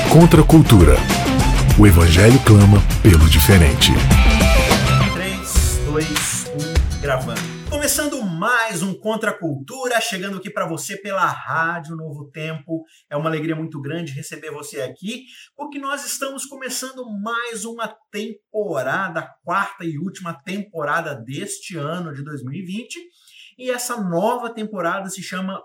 Contra a cultura. O Evangelho clama pelo diferente. 3, 2, 1, gravando. Começando mais um Contra a Cultura, chegando aqui para você pela Rádio Novo Tempo. É uma alegria muito grande receber você aqui, porque nós estamos começando mais uma temporada, a quarta e última temporada deste ano de 2020. E essa nova temporada se chama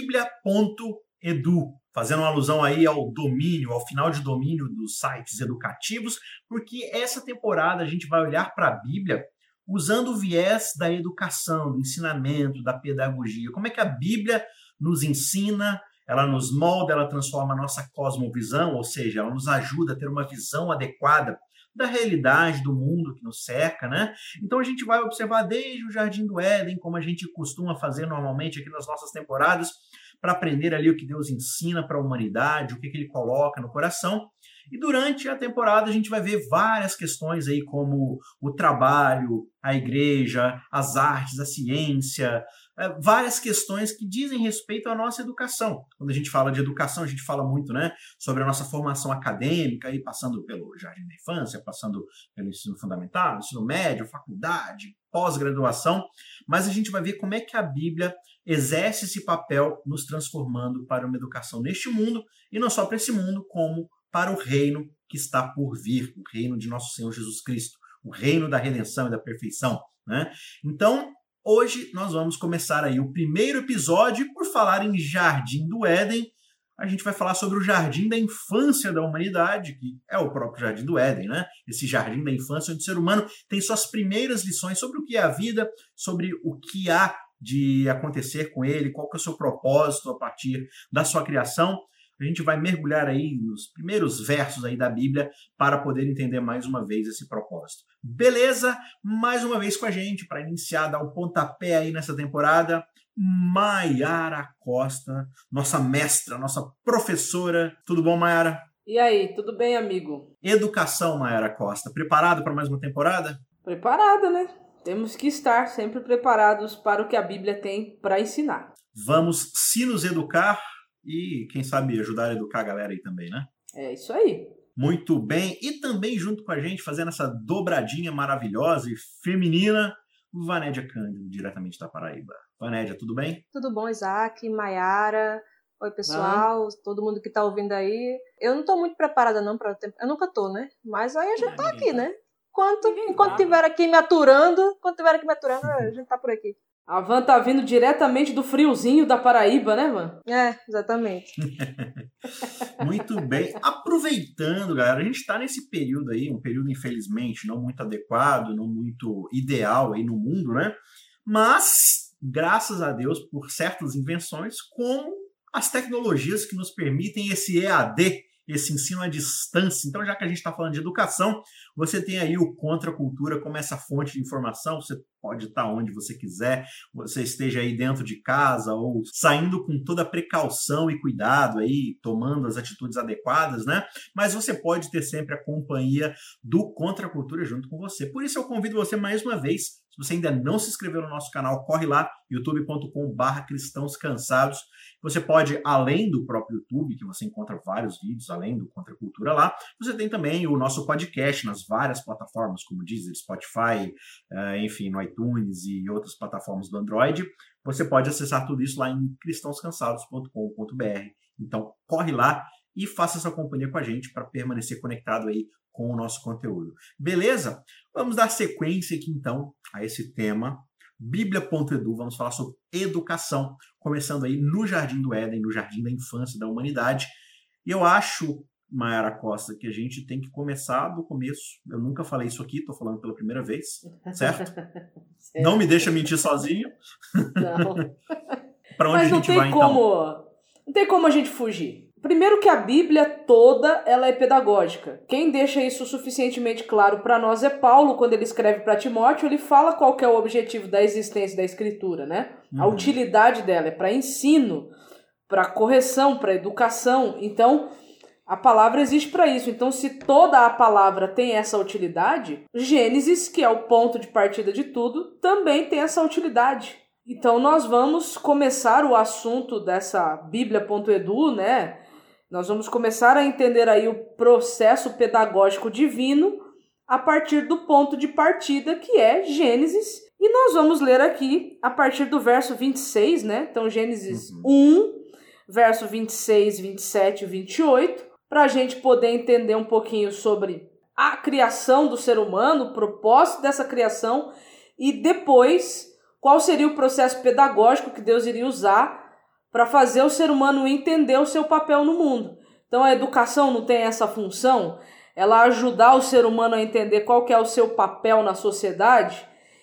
Bíblia.edu, fazendo uma alusão aí ao domínio, ao final de domínio dos sites educativos, porque essa temporada a gente vai olhar para a Bíblia usando o viés da educação, do ensinamento, da pedagogia. Como é que a Bíblia nos ensina, ela nos molda, ela transforma a nossa cosmovisão, ou seja, ela nos ajuda a ter uma visão adequada da realidade, do mundo que nos cerca, né? Então a gente vai observar desde o Jardim do Éden, como a gente costuma fazer normalmente aqui nas nossas temporadas, para aprender ali o que Deus ensina para a humanidade, o que ele coloca no coração. E durante a temporada a gente vai ver várias questões aí como o trabalho, a igreja, as artes, a ciência, várias questões que dizem respeito à nossa educação. Quando a gente fala de educação, a gente fala muito, né, sobre a nossa formação acadêmica, aí passando pelo jardim da infância, passando pelo ensino fundamental, ensino médio, faculdade, pós-graduação, mas a gente vai ver como é que a Bíblia exerce esse papel nos transformando para uma educação neste mundo, e não só para esse mundo, como para o reino que está por vir, o reino de nosso Senhor Jesus Cristo, o reino da redenção e da perfeição, né? Então, hoje nós vamos começar aí o primeiro episódio, e por falar em Jardim do Éden, a gente vai falar sobre o jardim da infância da humanidade, que é o próprio Jardim do Éden, né? Esse jardim da infância onde o ser humano tem suas primeiras lições sobre o que é a vida, sobre o que há de acontecer com ele, qual que é o seu propósito a partir da sua criação. A gente vai mergulhar aí nos primeiros versos aí da Bíblia para poder entender mais uma vez esse propósito. Beleza? Mais uma vez com a gente para iniciar, dar o pontapé aí nessa temporada, Maiara Costa, nossa mestra, nossa professora. Tudo bom, Maiara? E aí, tudo bem, amigo? Educação, Maiara Costa. Preparado para mais uma temporada? Preparada, né? Temos que estar sempre preparados para o que a Bíblia tem para ensinar. Vamos se nos educar e, quem sabe, ajudar a educar a galera aí também, né? É isso aí. Muito bem. E também junto com a gente, fazendo essa dobradinha maravilhosa e feminina, Vanédia Cândido, diretamente da Paraíba. Vanédia, tudo bem? Tudo bom, Isaac, Maiara. Oi, pessoal, todo mundo que tá ouvindo aí. Eu não tô muito preparada não para o tempo. Eu nunca tô, né? Mas aí a gente tá aqui, né? Enquanto tiver aqui me aturando, a gente tá por aqui. A Van tá vindo diretamente do friozinho da Paraíba, né, Van? É, exatamente. Muito bem. Aproveitando, galera, a gente está nesse período aí, um período, infelizmente, não muito adequado, não muito ideal aí no mundo, né? Mas, graças a Deus, por certas invenções, como as tecnologias que nos permitem esse EAD, esse ensino à distância. Então, já que a gente está falando de educação, você tem aí o Contra a Cultura como essa fonte de informação. Você pode estar onde você quiser, você esteja aí dentro de casa ou saindo com toda a precaução e cuidado aí, tomando as atitudes adequadas, né? Mas você pode ter sempre a companhia do Contra a Cultura junto com você. Por isso eu convido você mais uma vez, se você ainda não se inscreveu no nosso canal, corre lá, youtube.com/cristãoscansados. Você pode, além do próprio YouTube, que você encontra vários vídeos, além do Contra a Cultura lá, você tem também o nosso podcast nas várias plataformas, como Deezer, Spotify, enfim, no iTunes e outras plataformas do Android. Você pode acessar tudo isso lá em cristãoscansados.com.br. Então, corre lá e faça essa companhia com a gente para permanecer conectado aí com o nosso conteúdo. Beleza? Vamos dar sequência aqui, então, a esse tema. Bíblia.edu, vamos falar sobre educação, começando aí no Jardim do Éden, no Jardim da Infância da Humanidade. E eu acho, Maiara Costa, que a gente tem que começar do começo. Eu nunca falei isso aqui, estou falando pela primeira vez, certo? Não me deixa mentir sozinho. Não. Para onde a gente vai, então? Não tem como a gente fugir. Primeiro que a Bíblia toda ela é pedagógica. Quem deixa isso suficientemente claro para nós é Paulo, quando ele escreve para Timóteo, ele fala qual que é o objetivo da existência da Escritura, né? A utilidade dela é para ensino, para correção, para educação. Então, a palavra existe para isso. Então, se toda a palavra tem essa utilidade, Gênesis, que é o ponto de partida de tudo, também tem essa utilidade. Então, nós vamos começar o assunto dessa Bíblia.edu, né? Nós vamos começar a entender aí o processo pedagógico divino a partir do ponto de partida que é Gênesis. E nós vamos ler aqui a partir do verso 26, né? Então, Gênesis 1, verso 26, 27 e 28, para a gente poder entender um pouquinho sobre a criação do ser humano, o propósito dessa criação e depois qual seria o processo pedagógico que Deus iria usar para fazer o ser humano entender o seu papel no mundo. Então, a educação não tem essa função? Ela ajudar o ser humano a entender qual que é o seu papel na sociedade?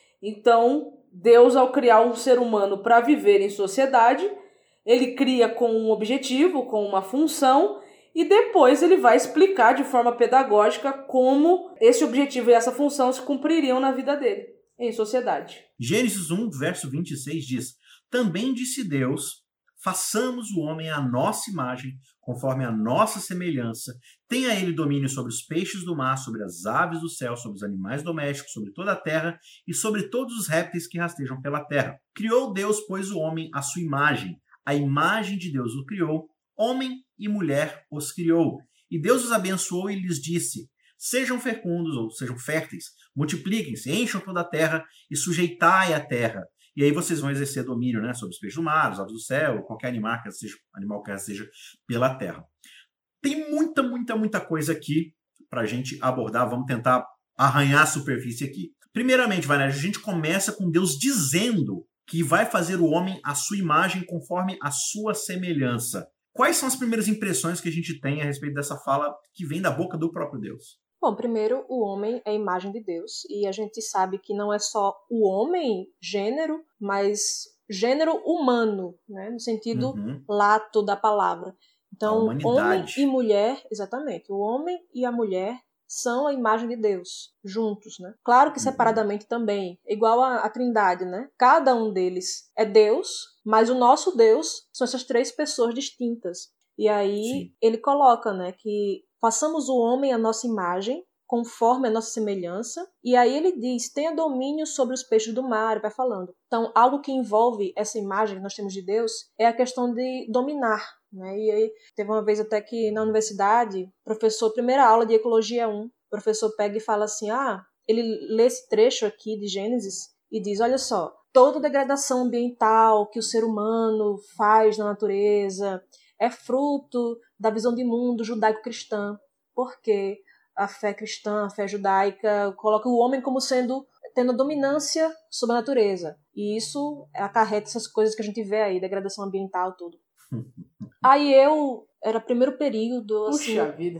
Então, Deus, ao criar um ser humano para viver em sociedade, ele cria com um objetivo, com uma função, e depois ele vai explicar de forma pedagógica como esse objetivo e essa função se cumpririam na vida dele, em sociedade. Gênesis 1, verso 26 diz: Também disse Deus, façamos o homem à nossa imagem, conforme a nossa semelhança. Tenha ele domínio sobre os peixes do mar, sobre as aves do céu, sobre os animais domésticos, sobre toda a terra e sobre todos os répteis que rastejam pela terra. Criou Deus, pois, o homem à sua imagem. A imagem de Deus o criou, homem e mulher os criou. E Deus os abençoou e lhes disse: Sejam fecundos, ou sejam férteis, multipliquem-se, encham toda a terra e sujeitai a terra. E aí vocês vão exercer domínio, né, sobre os peixes do mar, os aves do céu, qualquer animal que seja pela terra. Tem muita coisa aqui para a gente abordar. Vamos tentar arranhar a superfície aqui. Primeiramente, a gente começa com Deus dizendo que vai fazer o homem à sua imagem conforme a sua semelhança. Quais são as primeiras impressões que a gente tem a respeito dessa fala que vem da boca do próprio Deus? Bom, primeiro, o homem é a imagem de Deus, e a gente sabe que não é só o homem, gênero, mas gênero humano, né, no sentido lato da palavra. Então, homem e mulher, exatamente, o homem e a mulher são a imagem de Deus, juntos, né? Claro que separadamente também, igual a Trindade, né? Cada um deles é Deus, mas o nosso Deus são essas três pessoas distintas. E aí ele coloca, né, que façamos o homem à nossa imagem, conforme a nossa semelhança. E aí ele diz, tenha domínio sobre os peixes do mar, vai falando. Então, algo que envolve essa imagem que nós temos de Deus é a questão de dominar, né? E aí, teve uma vez até que na universidade, professor, primeira aula de Ecologia 1, o professor pega e fala assim, ele lê esse trecho aqui de Gênesis e diz, olha só, toda degradação ambiental que o ser humano faz na natureza é fruto da visão de mundo judaico-cristã, porque a fé cristã, a fé judaica, coloca o homem como tendo dominância sobre a natureza. E isso acarreta essas coisas que a gente vê aí, degradação ambiental, tudo. Aí era primeiro período, assim,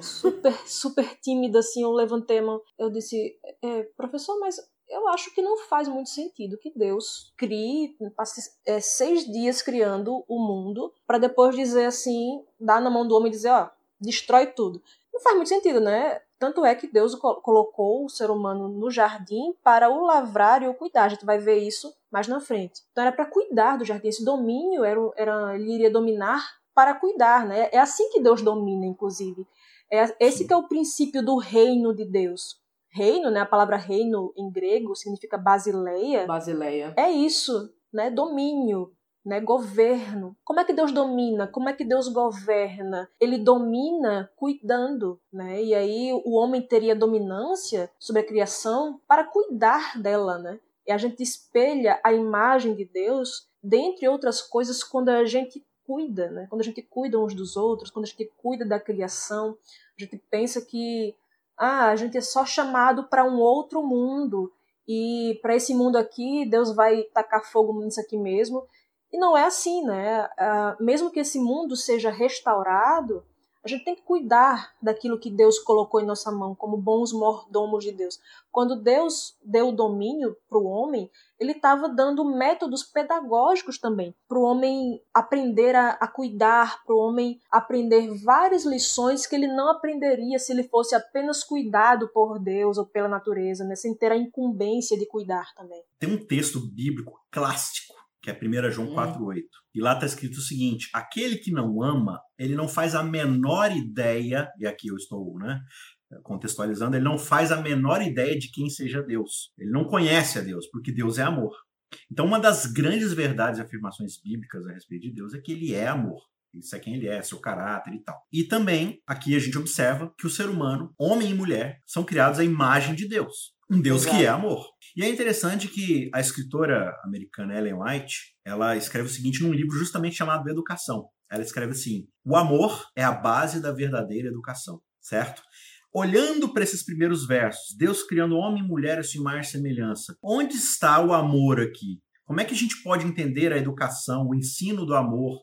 super tímida, assim, eu levantei a mão, eu disse, professor, mas eu acho que não faz muito sentido que Deus passe 6 dias criando o mundo, para depois dizer assim, dar na mão do homem e dizer, destrói tudo. Não faz muito sentido, né? Tanto é que Deus colocou o ser humano no jardim para o lavrar e o cuidar. A gente vai ver isso mais na frente. Então era para cuidar do jardim. Esse domínio, ele iria dominar para cuidar, né? É assim que Deus domina, inclusive. Esse que é o princípio do reino de Deus. Reino, né? A palavra reino em grego significa basileia. Basileia. É isso, né? Domínio. Né, governo. Como é que Deus domina? Como é que Deus governa? Ele domina cuidando, né? E aí o homem teria dominância sobre a criação para cuidar dela, né? E a gente espelha a imagem de Deus, dentre outras coisas, quando a gente cuida, né? Quando a gente cuida uns dos outros, quando a gente cuida da criação, a gente pensa que a gente é só chamado para um outro mundo e para esse mundo aqui Deus vai tacar fogo nisso aqui mesmo. E não é assim, né? Mesmo que esse mundo seja restaurado, a gente tem que cuidar daquilo que Deus colocou em nossa mão, como bons mordomos de Deus. Quando Deus deu o domínio para o homem, ele estava dando métodos pedagógicos também, para o homem aprender a cuidar, para o homem aprender várias lições que ele não aprenderia se ele fosse apenas cuidado por Deus ou pela natureza, né? Sem ter a incumbência de cuidar também. Tem um texto bíblico clássico, que é 1 João 4,8. E lá está escrito o seguinte, aquele que não ama, ele não faz a menor ideia, e aqui eu estou contextualizando, ele não faz a menor ideia de quem seja Deus. Ele não conhece a Deus, porque Deus é amor. Então uma das grandes verdades e afirmações bíblicas a respeito de Deus é que ele é amor. Isso é quem ele é, seu caráter e tal. E também, aqui a gente observa que o ser humano, homem e mulher, são criados à imagem de Deus. Um Deus que é amor. E é interessante que a escritora americana Ellen White, ela escreve o seguinte num livro justamente chamado Educação. Ela escreve assim: o amor é a base da verdadeira educação, certo? Olhando para esses primeiros versos, Deus criando homem e mulher a sua imagem e semelhança, onde está o amor aqui? Como é que a gente pode entender a educação, o ensino do amor,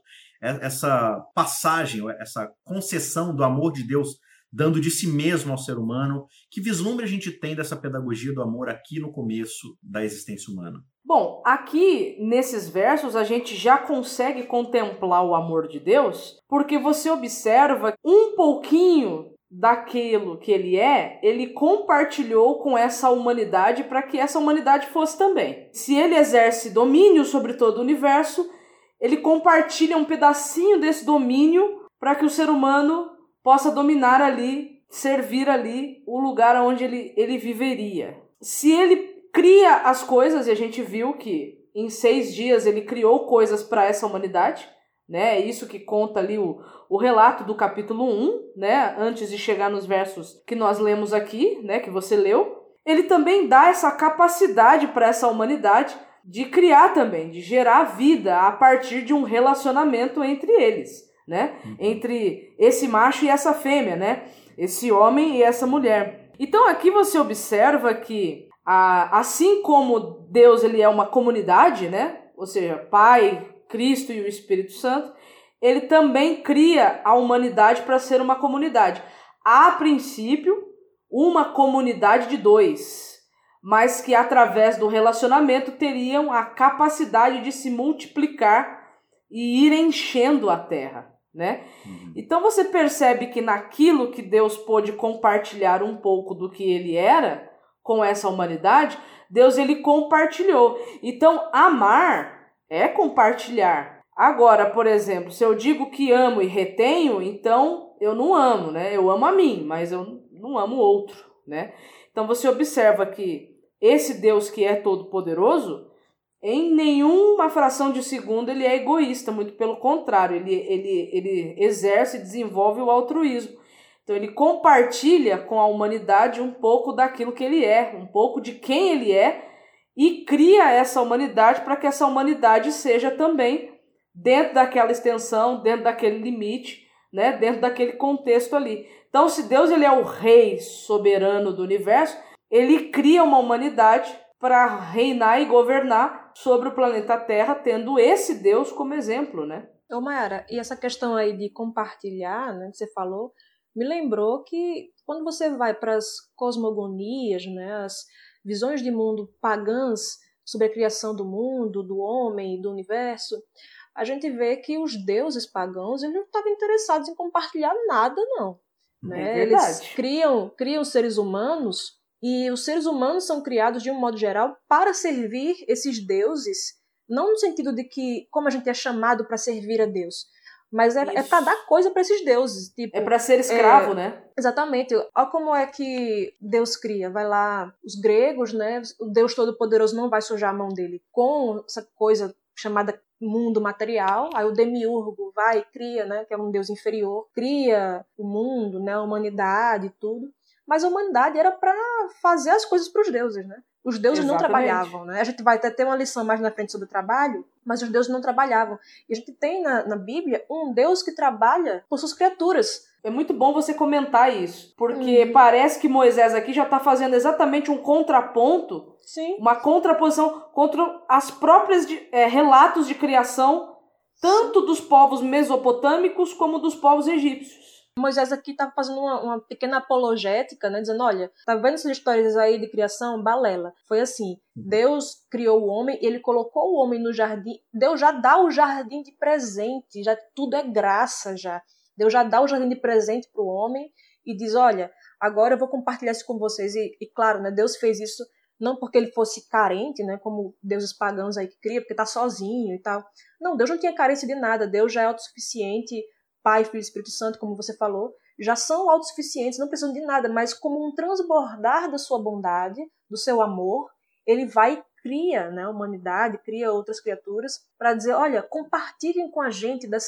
essa passagem, essa concessão do amor de Deus dando de si mesmo ao ser humano? Que vislumbre a gente tem dessa pedagogia do amor aqui no começo da existência humana? Bom, aqui nesses versos a gente já consegue contemplar o amor de Deus, porque você observa um pouquinho daquilo que ele é, ele compartilhou com essa humanidade para que essa humanidade fosse também. Se ele exerce domínio sobre todo o universo, ele compartilha um pedacinho desse domínio para que o ser humano possa dominar ali, servir ali o lugar onde ele viveria. Se ele cria as coisas, e a gente viu que em 6 dias ele criou coisas para essa humanidade, né? É isso que conta ali o relato do capítulo 1, né? Antes de chegar nos versos que nós lemos aqui, né? Que você leu. Ele também dá essa capacidade para essa humanidade de criar também, de gerar vida a partir de um relacionamento entre eles, né? Entre esse macho e essa fêmea, né? Esse homem e essa mulher. Então aqui você observa que assim como Deus ele é uma comunidade, né? Ou seja, Pai, Cristo e o Espírito Santo, ele também cria a humanidade para ser uma comunidade. A princípio, uma comunidade de 2, mas que através do relacionamento teriam a capacidade de se multiplicar e ir enchendo a terra, né? Então você percebe que naquilo que Deus pôde compartilhar um pouco do que ele era com essa humanidade, Deus ele compartilhou. Então amar é compartilhar. Agora, por exemplo, se eu digo que amo e retenho, então eu não amo, né? Eu amo a mim, mas eu não amo o outro, né? Então você observa que esse Deus que é todo-poderoso, em nenhuma fração de segundo ele é egoísta, muito pelo contrário, ele exerce e desenvolve o altruísmo. Então ele compartilha com a humanidade um pouco daquilo que ele é, um pouco de quem ele é, e cria essa humanidade para que essa humanidade seja também dentro daquela extensão, dentro daquele limite, né, dentro daquele contexto ali. Então se Deus ele é o rei soberano do universo, ele cria uma humanidade para reinar e governar sobre o planeta Terra, tendo esse Deus como exemplo, né? Ô Mayara, e essa questão aí de compartilhar, né, que você falou, me lembrou que quando você vai para as cosmogonias, né, as visões de mundo pagãs sobre a criação do mundo, do homem e do universo, a gente vê que os deuses pagãos eles não estavam interessados em compartilhar nada, não. Né? É eles criam seres humanos, e os seres humanos são criados, de um modo geral, para servir esses deuses, não no sentido de que, como a gente é chamado para servir a Deus, mas é para dar coisa para esses deuses. Tipo, é para ser escravo, né? Exatamente. Olha como é que Deus cria. Vai lá, os gregos, né? O Deus Todo-Poderoso não vai sujar a mão dele com essa coisa chamada mundo material. Aí o demiurgo vai e cria, né? Que é um Deus inferior. Cria o mundo, né? A humanidade e tudo. Mas a humanidade era para fazer as coisas para os deuses, né? Os deuses não trabalhavam, né? A gente vai até ter uma lição mais na frente sobre o trabalho, mas os deuses não trabalhavam. E a gente tem na Bíblia um Deus que trabalha por suas criaturas. É muito bom você comentar isso, porque parece que Moisés aqui já está fazendo exatamente um contraponto, Sim. Uma contraposição contra as próprias relatos de criação, tanto dos povos mesopotâmicos como dos povos egípcios. Moisés aqui está fazendo uma pequena apologética, né, dizendo, olha, tá vendo essas histórias aí de criação? Balela. Foi assim, Deus criou o homem, ele colocou o homem no jardim, Deus já dá o jardim de presente, já tudo é graça já. Deus já dá o jardim de presente para o homem e diz, olha, agora eu vou compartilhar isso com vocês. E claro, né, Deus fez isso não porque ele fosse carente, né, como deuses pagãos aí que cria, porque está sozinho e tal. Não, Deus não tinha carência de nada, Deus já é autossuficiente. Pai, Filho e Espírito Santo, como você falou, já são autossuficientes, não precisam de nada, mas como um transbordar da sua bondade, do seu amor, ele vai e cria, né, a humanidade, cria outras criaturas, para dizer, olha, compartilhem com a gente dessa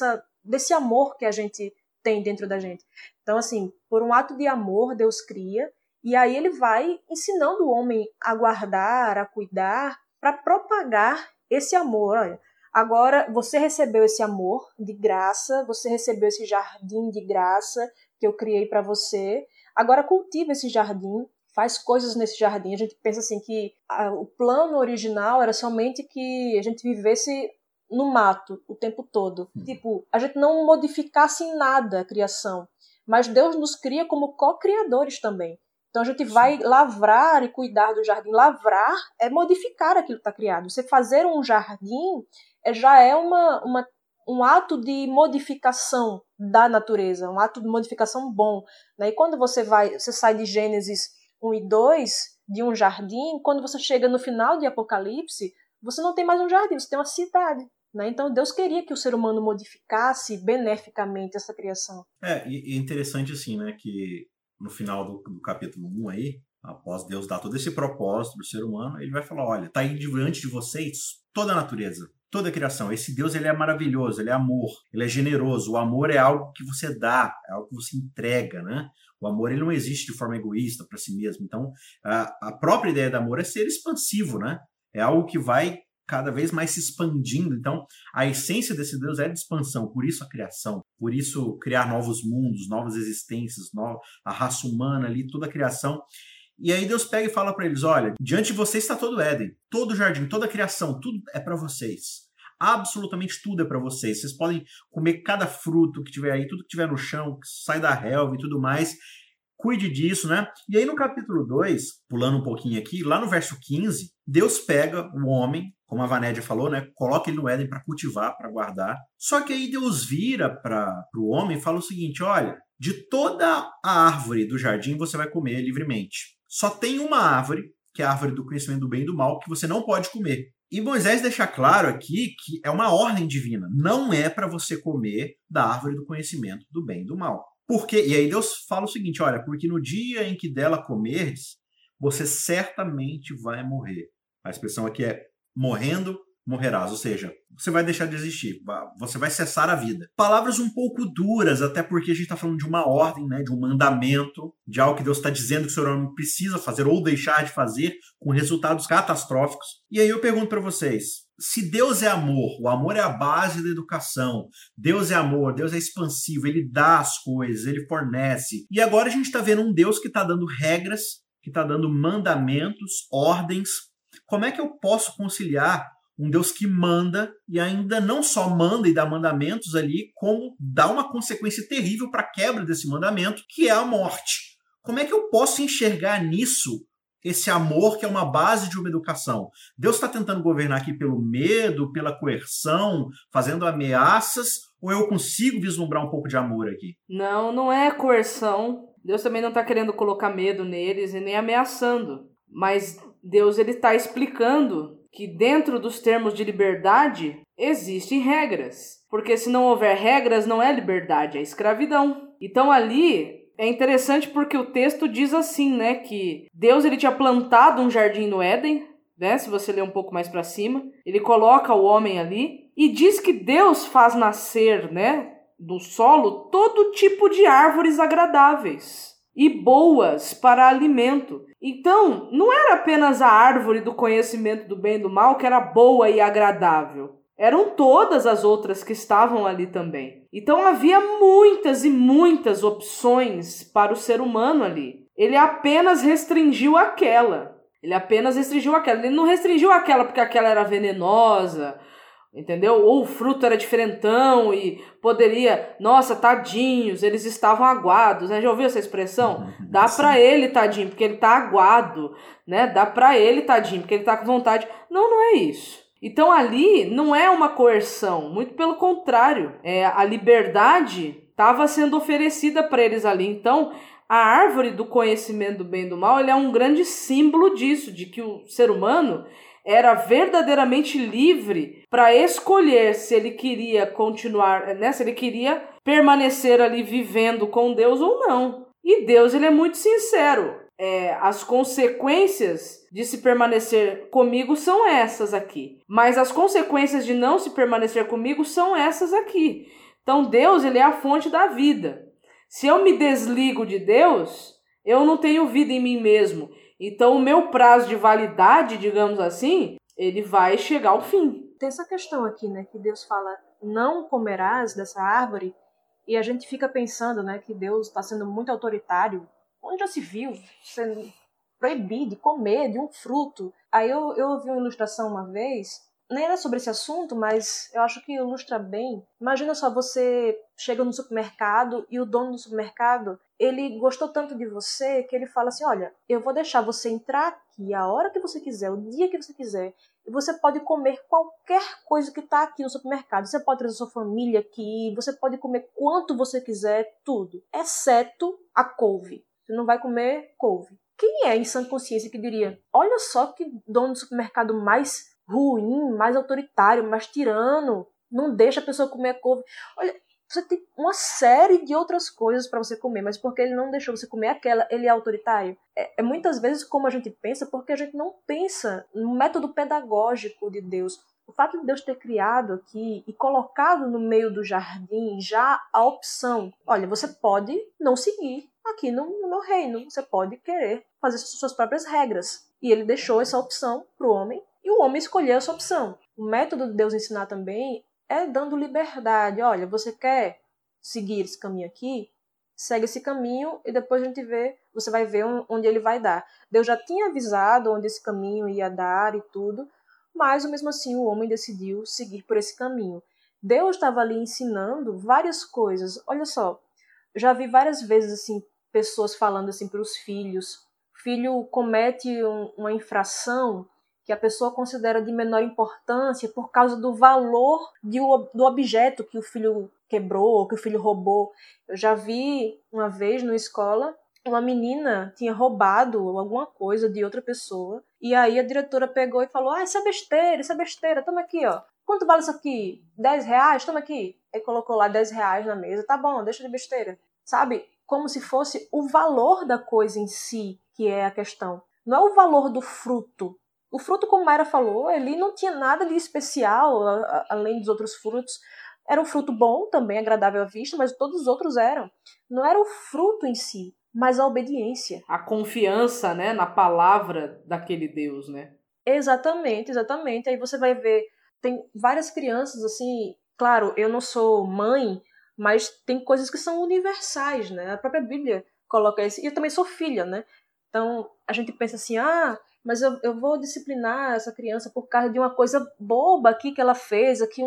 desse amor que a gente tem dentro da gente. Então, assim, por um ato de amor, Deus cria, e aí ele vai ensinando o homem a guardar, a cuidar, para propagar esse amor. Olha, agora você recebeu esse amor de graça, você recebeu esse jardim de graça que eu criei para você, agora cultiva esse jardim, faz coisas nesse jardim. A gente pensa assim que o plano original era somente que a gente vivesse no mato o tempo todo. Tipo, a gente não modificasse em nada a criação, mas Deus nos cria como co-criadores também. Então a gente vai lavrar e cuidar do jardim. Lavrar é modificar aquilo que está criado. Você fazer um jardim já é um ato de modificação da natureza, um ato de modificação bom, né? E quando você sai de Gênesis 1 e 2, de um jardim, quando você chega no final de Apocalipse, você não tem mais um jardim, você tem uma cidade. Né? Então Deus queria que o ser humano modificasse beneficamente essa criação. E é interessante assim, né, que no final do capítulo 1 aí, após Deus dar todo esse propósito para o ser humano, ele vai falar, olha, está aí diante de vocês toda a natureza, toda a criação. Esse Deus, ele é maravilhoso, ele é amor, ele é generoso. O amor é algo que você dá, é algo que você entrega, né? O amor, ele não existe de forma egoísta para si mesmo. Então, a própria ideia do amor é ser expansivo, né? É algo que vai cada vez mais se expandindo. Então, a essência desse Deus é de expansão, por isso a criação, por isso criar novos mundos, novas existências, a raça humana ali, toda a criação. E aí Deus pega e fala para eles, olha, diante de vocês está todo o Éden, todo o jardim, toda a criação, tudo é para vocês. Absolutamente tudo é para vocês. Vocês podem comer cada fruto que tiver aí, tudo que tiver no chão, que sai da relva e tudo mais. Cuide disso, né? E aí no capítulo 2, pulando um pouquinho aqui, lá no verso 15, Deus pega o homem, como a Vanédia falou, né? Coloca ele no Éden para cultivar, para guardar. Só que aí Deus vira para o homem e fala o seguinte, olha, de toda a árvore do jardim você vai comer livremente. Só tem uma árvore, que é a árvore do conhecimento do bem e do mal, que você não pode comer. E Moisés deixa claro aqui que é uma ordem divina. Não é para você comer da árvore do conhecimento do bem e do mal. Porque, e aí Deus fala o seguinte, olha, porque no dia em que dela comerdes, você certamente vai morrer. A expressão aqui é morrendo, morrerás, ou seja, você vai deixar de existir, você vai cessar a vida. Palavras um pouco duras, até porque a gente está falando de uma ordem, né, de um mandamento, de algo que Deus está dizendo que o ser humano precisa fazer ou deixar de fazer, com resultados catastróficos. E aí eu pergunto para vocês, se Deus é amor, o amor é a base da educação, Deus é amor, Deus é expansivo, ele dá as coisas, ele fornece. E agora a gente está vendo um Deus que está dando regras, que está dando mandamentos, ordens. Como é que eu posso conciliar um Deus que manda e ainda não só manda e dá mandamentos ali, como dá uma consequência terrível para a quebra desse mandamento, que é a morte? Como é que eu posso enxergar nisso esse amor que é uma base de uma educação? Deus está tentando governar aqui pelo medo, pela coerção, fazendo ameaças, ou eu consigo vislumbrar um pouco de amor aqui? Não, não é coerção. Deus também não está querendo colocar medo neles e nem ameaçando. Mas Deus está explicando que dentro dos termos de liberdade existem regras. Porque se não houver regras, não é liberdade, é escravidão. Então ali é interessante porque o texto diz assim, né, que Deus ele tinha plantado um jardim no Éden, né, se você ler um pouco mais para cima, ele coloca o homem ali e diz que Deus faz nascer, né, do solo todo tipo de árvores agradáveis e boas para alimento. Então, não era apenas a árvore do conhecimento do bem e do mal que era boa e agradável. Eram todas as outras que estavam ali também. Então havia muitas e muitas opções para o ser humano ali. Ele apenas restringiu aquela. Ele não restringiu aquela porque aquela era venenosa, entendeu? Ou o fruto era diferentão e poderia... Nossa, tadinhos, eles estavam aguados, né? Já ouviu essa expressão? Dá pra ele, tadinho, porque ele tá aguado, né? Dá pra ele, tadinho, porque ele tá com vontade. Não, não é isso. Então ali não é uma coerção, muito pelo contrário. A liberdade estava sendo oferecida para eles ali. Então a árvore do conhecimento do bem e do mal ele é um grande símbolo disso, de que o ser humano era verdadeiramente livre para escolher se ele queria continuar, né, se ele queria permanecer ali vivendo com Deus ou não. E Deus ele é muito sincero. As consequências de se permanecer comigo são essas aqui. Mas as consequências de não se permanecer comigo são essas aqui. Então Deus, ele é a fonte da vida. Se eu me desligo de Deus, eu não tenho vida em mim mesmo. Então o meu prazo de validade, digamos assim, ele vai chegar ao fim. Tem essa questão aqui, né, que Deus fala, não comerás dessa árvore, e a gente fica pensando, né, que Deus está sendo muito autoritário. Onde já se viu sendo proibido de comer de um fruto? Aí eu ouvi uma ilustração uma vez, nem era sobre esse assunto, mas eu acho que ilustra bem. Imagina só, você chega no supermercado e o dono do supermercado, ele gostou tanto de você que ele fala assim, olha, eu vou deixar você entrar aqui a hora que você quiser, o dia que você quiser, e você pode comer qualquer coisa que está aqui no supermercado. Você pode trazer sua família aqui, você pode comer quanto você quiser, tudo, exceto a couve. Você não vai comer couve. Quem é em sã consciência que diria, olha só que dono do supermercado mais ruim, mais autoritário, mais tirano, não deixa a pessoa comer couve. Olha, você tem uma série de outras coisas para você comer, mas porque ele não deixou você comer aquela, ele é autoritário? É muitas vezes como a gente pensa, porque a gente não pensa no método pedagógico de Deus. O fato de Deus ter criado aqui e colocado no meio do jardim já a opção, olha, você pode não seguir aqui no meu reino, você pode querer fazer suas próprias regras. E ele deixou essa opção para o homem, e o homem escolheu essa opção. O método de Deus ensinar também é dando liberdade. Olha, você quer seguir esse caminho aqui? Segue esse caminho e depois a gente vê, você vai ver onde ele vai dar. Deus já tinha avisado onde esse caminho ia dar e tudo, mas mesmo assim o homem decidiu seguir por esse caminho. Deus estava ali ensinando várias coisas. Olha só, já vi várias vezes assim, pessoas falando assim para os filhos. O filho comete uma infração que a pessoa considera de menor importância por causa do valor do objeto que o filho quebrou, que o filho roubou. Eu já vi uma vez na escola, uma menina tinha roubado alguma coisa de outra pessoa, e aí a diretora pegou e falou, isso é besteira, toma aqui, ó. Quanto vale isso aqui? 10 reais? Toma aqui. Aí colocou lá 10 reais na mesa, tá bom, deixa de besteira. Sabe? Como se fosse o valor da coisa em si que é a questão. Não é o valor do fruto. O fruto, como Mayra falou, ele não tinha nada de especial, além dos outros frutos. Era um fruto bom, também agradável à vista, mas todos os outros eram. Não era o fruto em si, mas a obediência. A confiança, né, na palavra daquele Deus, né? Exatamente. Aí você vai ver, tem várias crianças, assim, claro, eu não sou mãe, mas tem coisas que são universais, né? A própria Bíblia coloca isso. E eu também sou filha, né? Então, a gente pensa assim, mas eu vou disciplinar essa criança por causa de uma coisa boba aqui que ela fez, aqui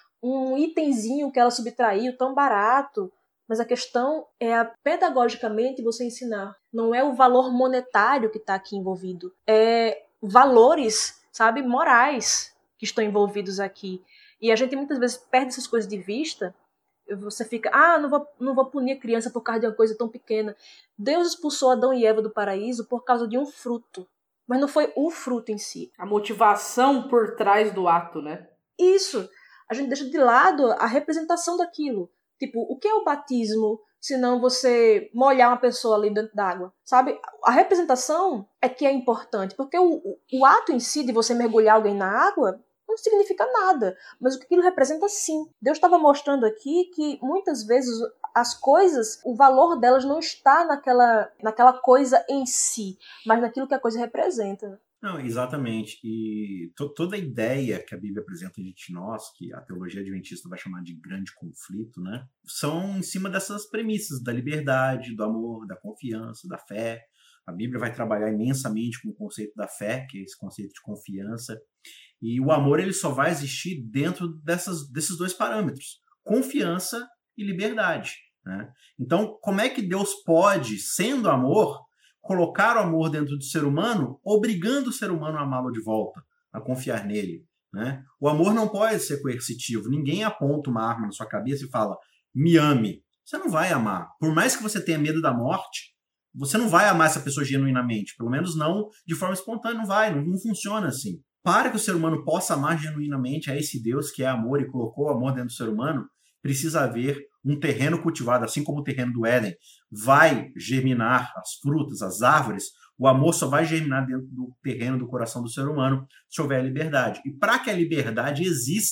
um itemzinho que ela subtraiu, tão barato. Mas a questão é, pedagogicamente, você ensinar. Não é o valor monetário que está aqui envolvido. É valores, sabe, morais que estão envolvidos aqui. E a gente muitas vezes perde essas coisas de vista. Você fica, não vou punir a criança por causa de uma coisa tão pequena. Deus expulsou Adão e Eva do paraíso por causa de um fruto. Mas não foi o fruto em si. A motivação por trás do ato, né? Isso. A gente deixa de lado a representação daquilo. Tipo, o que é o batismo se não você molhar uma pessoa ali dentro d'água? Sabe? A representação é que é importante. Porque o ato em si de você mergulhar alguém na água não significa nada. Mas o que aquilo representa, sim. Deus estava mostrando aqui que muitas vezes as coisas, o valor delas não está naquela coisa em si, mas naquilo que a coisa representa. Não, exatamente. E toda a ideia que a Bíblia apresenta de nós, que a teologia adventista vai chamar de grande conflito, né, são em cima dessas premissas da liberdade, do amor, da confiança, da fé. A Bíblia vai trabalhar imensamente com o conceito da fé, que é esse conceito de confiança. E o amor ele só vai existir dentro desses dois parâmetros, confiança e liberdade, né? Então, como é que Deus pode, sendo amor, colocar o amor dentro do ser humano, obrigando o ser humano a amá-lo de volta, a confiar nele, né? O amor não pode ser coercitivo. Ninguém aponta uma arma na sua cabeça e fala, me ame. Você não vai amar. Por mais que você tenha medo da morte, você não vai amar essa pessoa genuinamente. Pelo menos não de forma espontânea. Não funciona assim. Para que o ser humano possa amar genuinamente a esse Deus que é amor e colocou o amor dentro do ser humano, precisa haver um terreno cultivado, assim como o terreno do Éden vai germinar as frutas, as árvores, o amor só vai germinar dentro do terreno do coração do ser humano se houver liberdade. E para que a liberdade exista,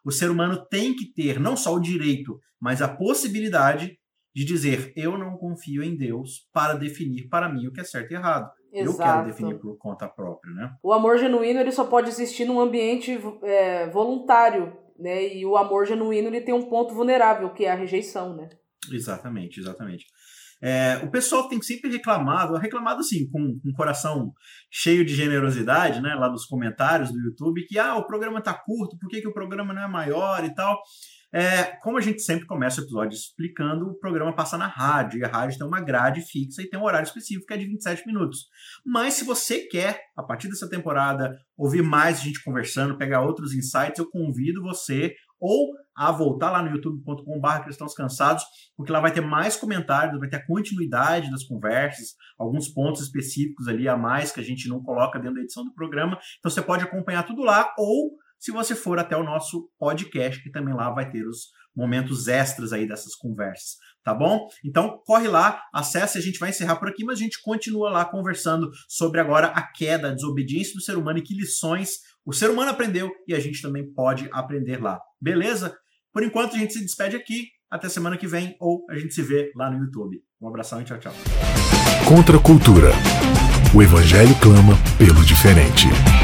O ser humano tem que ter não só o direito, mas a possibilidade de dizer, eu não confio em Deus para definir para mim o que é certo e errado. Exato. Eu quero definir por conta própria, né? O amor genuíno ele só pode existir num ambiente voluntário, né? E o amor genuíno ele tem um ponto vulnerável, que é a rejeição, né? Exatamente. O pessoal tem sempre reclamado assim, com um coração cheio de generosidade, né, lá nos comentários do YouTube, que o programa tá curto, por que o programa não é maior e tal. Como a gente sempre começa o episódio explicando, o programa passa na rádio, e a rádio tem uma grade fixa e tem um horário específico que é de 27 minutos. Mas se você quer, a partir dessa temporada, ouvir mais gente conversando, pegar outros insights, eu convido você ou a voltar lá no youtube.com/cristãoscansados, porque lá vai ter mais comentários, vai ter a continuidade das conversas, alguns pontos específicos ali a mais que a gente não coloca dentro da edição do programa. Então você pode acompanhar tudo lá, ou se você for até o nosso podcast, que também lá vai ter os momentos extras aí dessas conversas, tá bom? Então, corre lá, acesse, a gente vai encerrar por aqui, mas a gente continua lá conversando sobre agora a queda, a desobediência do ser humano e que lições o ser humano aprendeu e a gente também pode aprender lá, beleza? Por enquanto, a gente se despede aqui, até semana que vem, ou a gente se vê lá no YouTube. Um abração e tchau, tchau. Contra a cultura. O Evangelho clama pelo diferente.